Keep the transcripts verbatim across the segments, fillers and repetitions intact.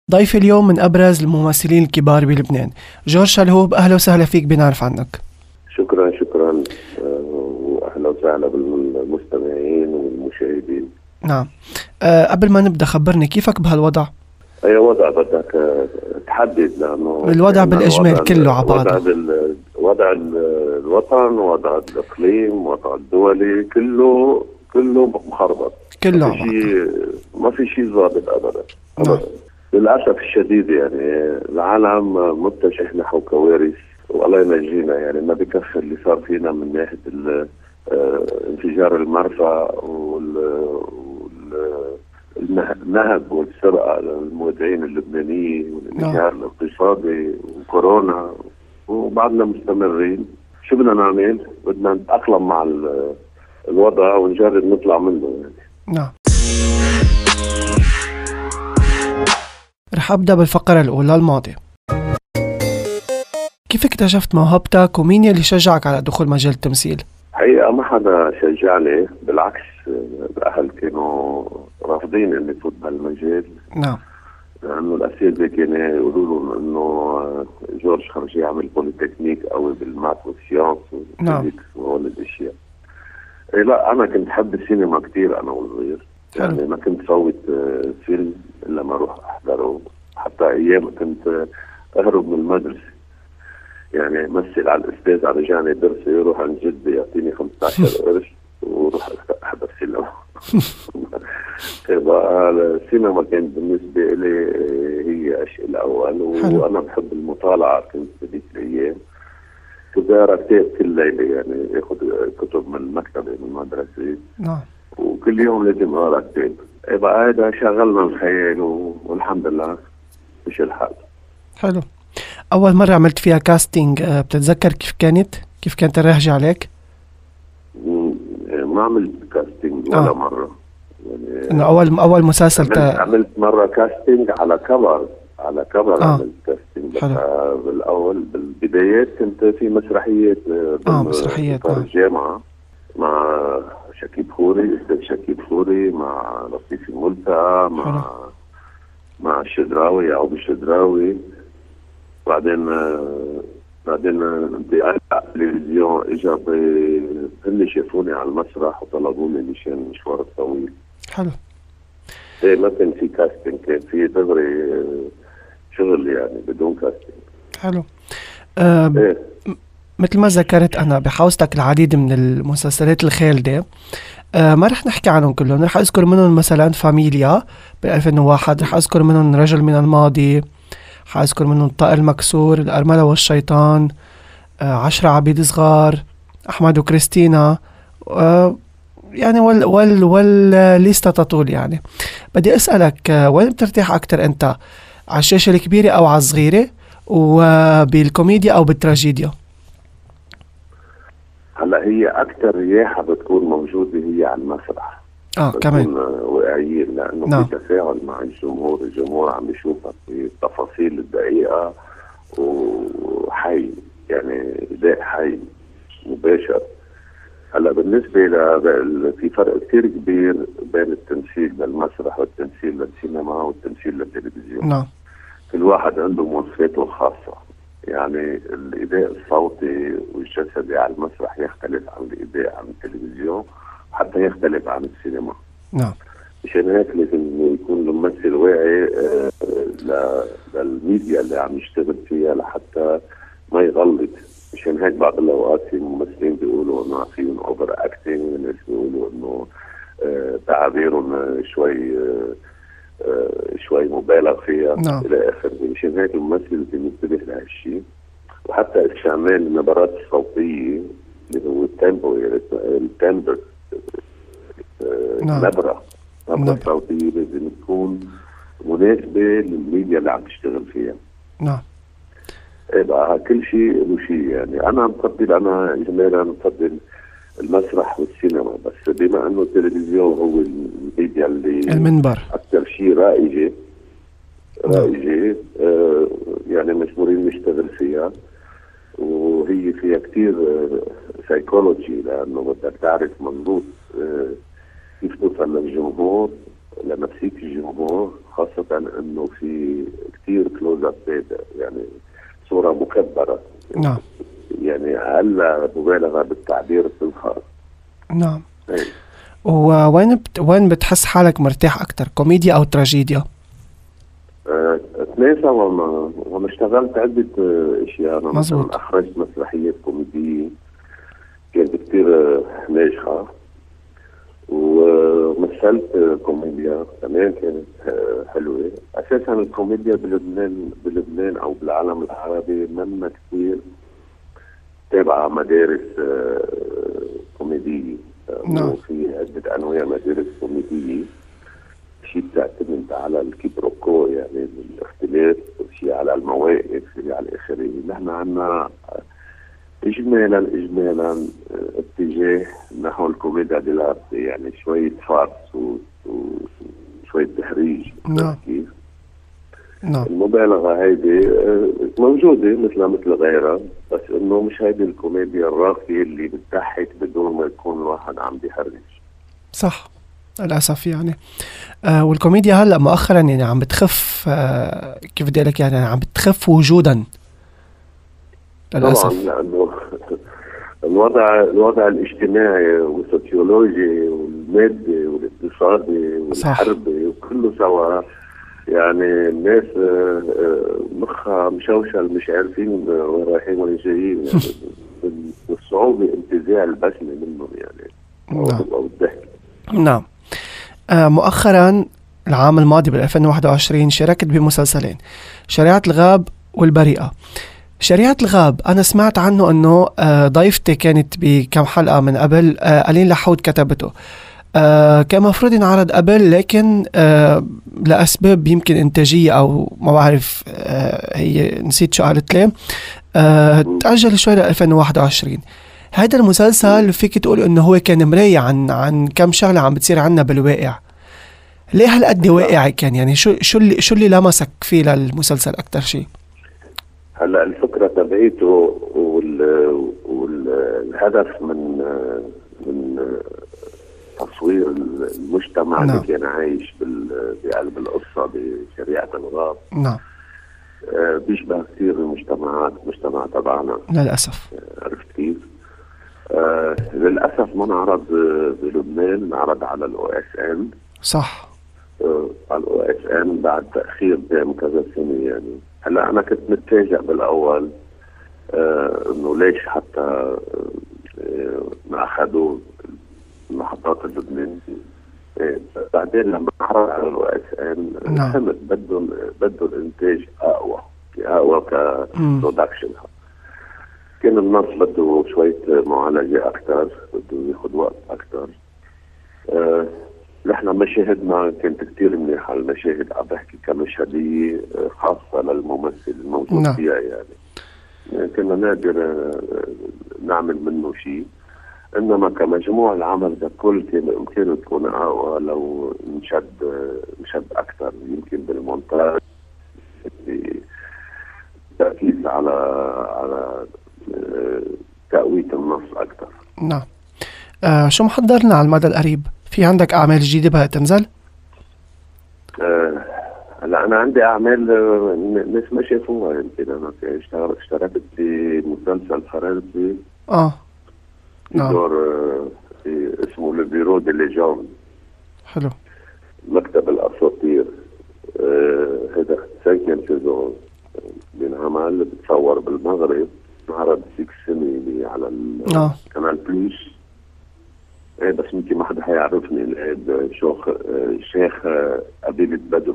ضيفي اليوم من أبرز الممثلين الكبار بلبنان، جورج شلهوب. أهلا وسهلا فيك، بنعرف عنك. شكرا شكرا آه، وأهلا وسهلا بالمستمعين والمشاهدين. نعم. أه قبل ما نبدأ خبرني كيفك بهالوضع؟ أي وضع بدك آه، تحدد؟ لأنه الوضع بالإجمال الوضع كله على وضع بعضه. ال- وضع ال- الوطن، وضع الإقليم، وضع الدولي، كله كله مخربط. كله ما على في بعضه. شيء ما في شيء ضابط أبدا نعم. أبدا. للأسف الشديد يعني العالم متجه نحو كوارث، والله ينجينا. يعني ما بكفي اللي صار فينا من ناحية ال- آه، انفجار المرفأ والنهب والسرقة للمودعين اللبنانيين والانهيار الاقتصادي وكورونا، وبعدنا مستمرين. شو بدنا نعمل؟ بدنا نتأقلم مع ال- الوضع ونجرب نطلع منه يعني. نعم. رح أبدأ بالفقرة الأولى، الماضي. كيف اكتشفت موهبتك ومين يلي شجعك على دخول مجال التمثيل؟ حقيقة ما حدا شجعني، بالعكس الأهل كانوا رافضين إني فوت بهالمجال، نعم. لأنه الأساتذة كانوا يقولوا لهم إنه جورج خرجي يعمل بوليتكنيك قوي بالماث والسيانس نعم. والفيزيكس وهول الأشياء. إيه لا، أنا كنت حب السينما كتير أنا وصغير، يعني ما كنت فوت آه، فيلم إلا ما أروح أحضره. حتى أيام كنت أهرب من المدرسة، يعني مثل على الأستاذ على جاني درسي، يروح عند جدي يعطيني خمسة عشر قرش وروح أحضر سينما. بقى السينما كانت بالنسبة لي هي الشيء الأول، وأنا بحب المطالعة. كنت بذيك الأيام كنت أقرأ كتاب كل ليلة، يعني أخذ كتب من المكتبة من المدرسة، نعم. وكل يوم لازم أقرأ كتاب. بقى هذا شغلنا الخيال، والحمد لله مش الحال. حلو. أول مرة عملت فيها كاستينج، أه بتتذكر كيف كانت؟ كيف كانت الرهجة عليك؟ ما عملت كاستينج ولا آه. مرة يعني. إنه أول أول مسلسل عملت, تا... عملت مرة كاستينج على كبر على كبر آه. عملت كاستينج. حلو. بس بالأول بالبدايات كنت في مسرحية آه مسرحيات. بال نعم. الجامعة مع شكيب خوري، أستاذ شكيب خوري، مع لطيف الملتقى، مع حلو. مع الشدراوي يعقوب الشدراوي. بعدين آه، بعدين انتقلت على التلفزيون، اجى ب- هن شافوني على المسرح وطلبوني مشان المشوار الطويل. حلو. ايه ما كان في كاستنج، كان في دغري آه، شغل يعني بدون كاستنج. حلو. أه ايه مثل ما ذكرت أنا بحوزتك العديد من المسلسلات الخالدة. أه ما رح نحكي عنهم كلهم، رح أذكر منهم مثلا فاميليا ب ألفين وواحد، رح أذكر منهم رجل من الماضي، رح أذكر منهم الطائر المكسور، الأرملة والشيطان، أه عشرة عبيد صغار، أحمد وكريستينا، أه يعني وال وال والليستة تطول. يعني بدي أسألك، أه وين بترتاح أكتر أنت، على الشاشة الكبيرة أو على الصغيرة، وبالكوميديا أو بالتراجيديا؟ هلا هي اكثر رياحه بتكون موجوده هي على المسرح. اه كمان. بتكون آه، واقعيين، لانه نعم. في تفاعل مع الجمهور، الجمهور عم بيشوفك في التفاصيل الدقيقه وحي، يعني اداء حي مباشر. هلا بالنسبه ل في فرق كثير كبير بين التمثيل للمسرح والتمثيل للسينما والتمثيل للتلفزيون. نعم. كل واحد عنده مواصفاته الخاصه، يعني الاداء الصوتي والجسدي على المسرح يختلف عن الاداء عن التلفزيون، حتى يختلف عن السينما. نعم. مشان هيك لازم يكون الممثل واعي آه، ل- للميديا اللي عم يشتغل فيها لحتى ما يغلط. مشان هيك بعض الاوقات في ممثلين بيقولوا انه فيهم اوفر اكتنج، وناس بيقولوا انه آه، تعابيرهم شوي آه، آه، شوي مبالغ فيها. نعم. الى اخره. مشان هيك الممثل لازم ينتبه لهالشيء، وحتى استعمال النبرات الصوتيه اللي هو التيمبو، يعني التمبر، نعم. نبره نبره نبرة. صوتيه لازم تكون مناسبه للميديا اللي عم تشتغل فيها. نعم. إيه بقى كل شيء له شيء. يعني انا بفضل، انا اجمالا بفضل المسرح والسينما، بس بما انه التلفزيون هو الميديا اللي المنبر. اكثر شيء رائجه رائجه آه يعني مجبورين نشتغل فيها، وهي فيها كثير سايكولوجي، لانه بدك تعرف مضبوط آه كيف توصل للجمهور لنفسية الجمهور، خاصة انه في كثير كلوز اب، يعني صورة مكبرة. نعم. يعني اقل مبالغة بالتعبير بتنخر. نعم. ايه. ووين بت... وين بتحس حالك مرتاح اكتر، كوميديا او تراجيديا؟ اثنين سوا. ما وانا اشتغلت عدة آه، اشياء. انا مزبوط. مثلا اخرجت مسرحيات كوميدية كانت كثير آه، ناجحة، ومثلت كوميديا كمان كانت آه، حلوة. اساسا الكوميديا بلبنان بلبنان او بالعالم العربي منا كثير تابعة مدارس آه، كوميدية. نعم. وفي عدة انواع مدارس كوميدية، شيء بتعتمد على الكيبروكو، يعني الاختلاف، شيء على المواقف، شيء على اخره. نحن عندنا اجمالا اجمالا اه، اتجاه نحو الكوميديا ديلارت، يعني شويه فارس وشويه تهريج. نعم. كيف نعم. المبالغه هيدي اه، موجوده مثل مثل غيرها، بس انه مش هيدي الكوميديا الراقيه اللي بتضحك بدون ما يكون الواحد عم بيهرج. صح، للأسف يعني. آه والكوميديا هلأ مؤخرا يعني عم بتخف، آه كيف بدي لك، يعني عم بتخف وجودا طبعا للأسف. لانه الوضع الوضع الاجتماعي والسوسيولوجي والمادي والاقتصادي صح. والحربي وكله سوا، يعني الناس آه، آه، مخها مشوشل، مش عارفين وين رايحين وين جايين، يعني من الصعوبة انتزاع البسمة منهم، يعني او نعم. او الضحك. نعم. آه مؤخرا العام الماضي بال ألفين وواحد وعشرين شاركت بمسلسلين، شريعة الغاب والبريئة. شريعة الغاب أنا سمعت عنه أنه آه ضيفتي كانت بكم حلقة من قبل، آه ألين لحود كتبته. آه كان مفروض ينعرض قبل، لكن آه لأسباب يمكن إنتاجية أو ما بعرف، آه هي نسيت شو قالت لي، آه تأجل شوي ل ألفين وواحد وعشرين. هذا المسلسل فيك تقول انه هو كان مراية عن عن كم شغلة عم بتصير عنا بالواقع. ليه هالقد واقعي كان؟ يعني شو شو اللي شو اللي لمسك فيه للمسلسل اكتر شيء؟ هلا الفكرة تبعيته وال والهدف من من تصوير المجتمع نعم. اللي كان عايش بال- بقلب القصة بشريعة الغاب نعم. آه، بيشبه كثير المجتمعات المجتمع تبعنا. للأسف. عرفت كيف؟ آه للأسف ما انعرض آه، بلبنان، انعرض على الأو اس ان. صح. آه على الأو اس ان بعد تأخير دام كذا سنة. يعني هلا أنا كنت متفاجئ بالأول آه إنه ليش حتى آه ما أخذوا المحطات اللبنانية. إيه، بعدين لما عرض على الأو اس ان نعم. فهمت بدهم بدهم إنتاج أقوى أقوى مم. كبرودكشن. كان النص بده شوية معالجة أكثر، بده ياخذ وقت أكثر. آه، نحن مشاهدنا كانت كثير منيحة، المشاهد عم بحكي كمشهدية آه، خاصة للممثل الموجود نعم. فيها. يعني يعني كنا نقدر آه، نعمل منه شيء، إنما كمجموع العمل ككل كان بإمكانه تكون أقوى لو نشد آه، نشد أكثر، يمكن بالمونتاج، بالتركيز على على آه، تقوية النص أكثر. نعم. آه شو محضر لنا على المدى القريب؟ في عندك أعمال جديدة بقى تنزل؟ آه، هلا انا عندي اعمال آه، الناس ما شافوها. يمكن انا اشتغلت اشتركت في مسلسل فرنسي اه. في نعم. دور آه، في اسمه لو بيرو دي ليجون، حلو. مكتب الاساطير. آه، هذا سانكيام سيزون بينعمل، بتصور بالمغرب، انعرض فيك السنة على اه. القناة بلوس. ايه بس يمكن ما حدا حيعرفني، العيب شيخ شيخ قبيلة بدو.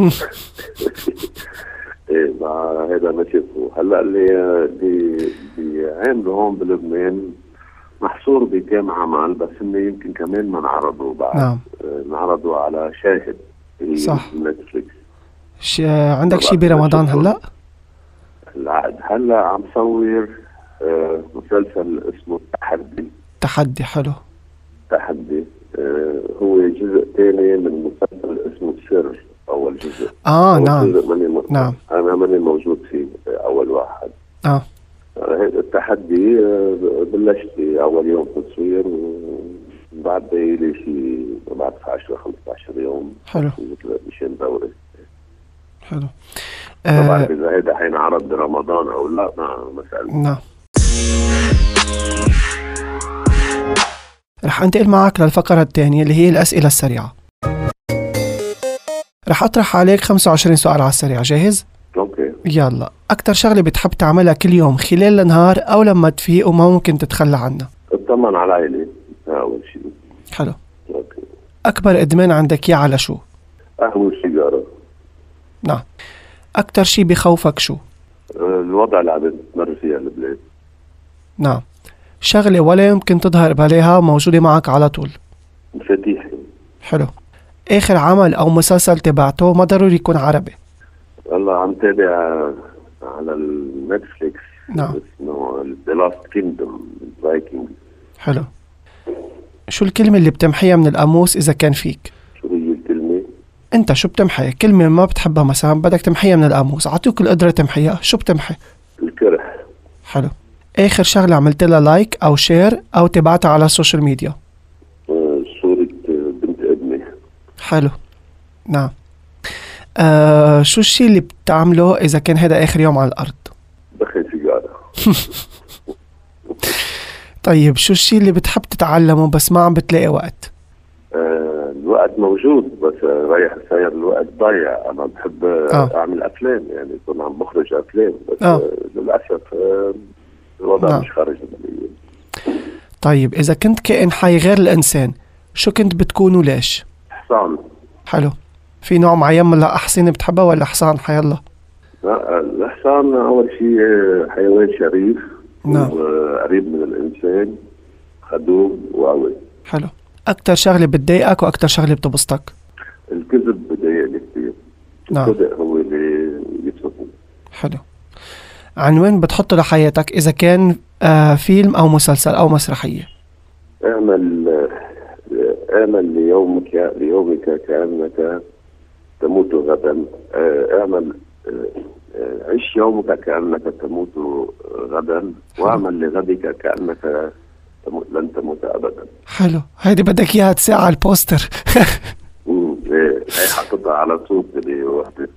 ايه مع هذا ما شافه. هلا اللي اللي بيعملوا هون بلبنان محصور بكام عمل، بس انه يمكن كمان ما انعرضوا بعد. نعم. آه، انعرضوا على شاهد، هي صح. نتفليكس. ش... عندك شي ما بقى برمضان شفتهم. هلا؟ العقد هلا عم صور آه، مسلسل اسمه تحدي. تحدي. حلو. تحدي آه، هو جزء ثاني من مسلسل اسمه سر. اول جزء. اه. أول نعم. جزء ماني م... نعم. انا ماني موجود فيه آه، اول واحد. اه. آه، التحدي آه، بلشت اول يوم تصوير، وبعد لي شيء بعد عشرة خمسة عشر يوم. حلو. مثل مشان دورة. حلو. ما بعرف إذا هيدا حينعرض برمضان أو لا، ما مسألة. نعم. رح أنتقل معك للفقرة الثانية اللي هي الأسئلة السريعة. رح أطرح عليك خمسة وعشرين سؤال على السريع، جاهز؟ أوكي. يلا، أكتر شغلة بتحب تعملها كل يوم خلال النهار أو لما تفيق وما ممكن تتخلى عنها؟ اطمن على عائلي أول شيء. حلو. أوكي. أكبر إدمان عندك إياه على شو؟ قهوة والسيجارة. نعم. أكتر شي بخوفك شو؟ الوضع اللي عم تمر فيها البلاد. نعم. شغلة ولا يمكن تظهر بلاها موجودة معك على طول. مفاتيحي. حلو. آخر عمل أو مسلسل تبعته ما ضروري يكون عربي. والله عم تابع على النتفليكس. نعم. اسمه The Last Kingdom Viking. حلو. شو الكلمة اللي بتمحيها من القاموس إذا كان فيك؟ شو هي الكلمة؟ أنت شو بتمحي؟ كلمة ما بتحبها مثلا بدك تمحيها من القاموس، عطيوك القدرة تمحيها، شو بتمحي؟ الكره. حلو. آخر شغلة عملت لها لايك أو شير أو تبعتها على السوشيال ميديا؟ آه، صورة بنت ابني. حلو. نعم. آه شو الشيء اللي بتعمله إذا كان هذا آخر يوم على الأرض؟ دخل سيجارة. طيب شو الشيء اللي بتحب تتعلمه بس ما عم بتلاقي وقت؟ آه، الوقت موجود بس رايح صاير الوقت ضايع. أنا بحب آه. أعمل أفلام، يعني كنت عم بخرج أفلام بس آه. آه. للأسف آه الوضع نعم. مش خارج المالية. طيب إذا كنت كائن حي غير الإنسان شو كنت بتكون وليش؟ حصان. حلو. في نوع معين من الأحصنة بتحبها ولا حصان حيالله؟ لا، الحصان أول شيء حيوان شريف. نعم. وقريب من الإنسان، خدوم وقوي. حلو. أكتر شغلة بتضايقك وأكتر شغلة بتبسطك؟ الكذب بضايقني كثير. نعم. الصدق هو اللي يبسطني. حلو. عنوان بتحطه لحياتك إذا كان آه فيلم أو مسلسل أو مسرحية؟ اعمل اعمل ليومك ليومك كأنك تموت غدا. اعمل عيش يومك كأنك تموت غدا، واعمل لغدك كأنك تموت لن تموت أبدا. حلو. هيدي بدك إياها تساعة على البوستر. امم هي حطيتها على صوت اللي وحدة.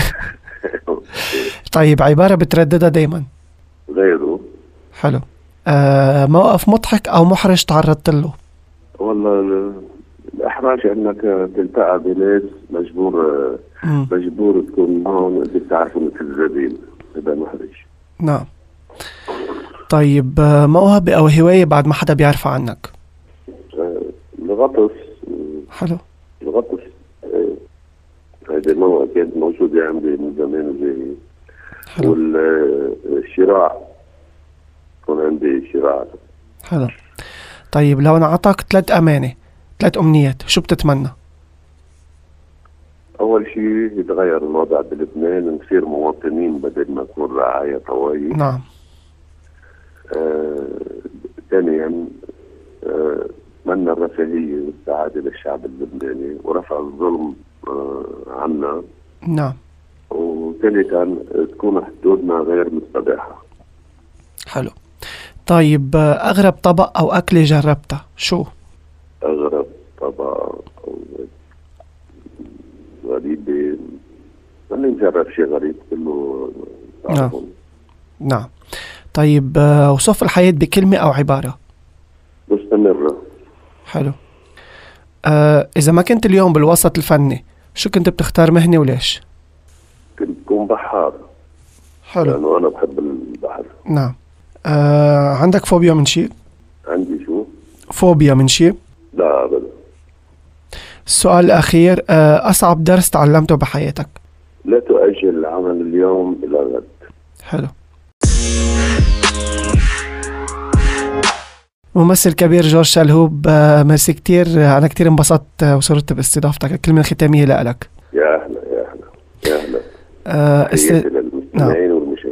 طيب عبارة بترددها دايما؟ غيره. حلو. آه موقف مضحك أو محرج تعرضت له؟ والله الإحراج أنك تلتقى بناس مجبور مم. مجبور تكون معهم بدك تعرفوا مثل الزبين، هذا محرج. نعم. طيب آه موهبة أو هواية بعد ما حدا بيعرف عنك؟ آه، الغطس. حلو. الغطس هذا الموهبة كانت موجودة عندي من زمان زي. حلو. والشراع كان عندي شراع. حلو. طيب لو انعطاك ثلاث أمانة ثلاث أمنيات شو بتتمنى؟ أول شيء يتغير الوضع بلبنان، نصير مواطنين بدل ما نكون رعاية طوائف. نعم. آه، ثانيا آه، أتمنى الرفاهية والسعادة للشعب اللبناني ورفع الظلم آه، عنا. نعم. وثالثا تكون حدودنا غير مستباحة. حلو. طيب آه، أغرب طبق أو أكلة جربتها شو؟ أغرب طبق أو غريبة، ماني مجرب شيء غريب كله. نعم. نعم. طيب آه، وصف الحياة بكلمة أو عبارة؟ مستمرة. حلو. آه، إذا ما كنت اليوم بالوسط الفني شو كنت بتختار مهنة وليش؟ كنت بكون بحار. حلو. لأنه أنا بحب البحر. نعم. آه، عندك فوبيا من شيء؟ عندي شو؟ فوبيا من شيء؟ لا أبدا. السؤال الأخير، آه، أصعب درس تعلمته بحياتك؟ لا تؤجل العمل اليوم إلى غد. حلو. ممثل كبير جورج شلهوب، آه، ميرسي كتير. آه، أنا كتير انبسطت آه، وسررت باستضافتك. الكلمة الختامية لك. يا أهلا يا أهلا يا أهلا. آه، است... تحياتي للمستمعين والمشاهدين.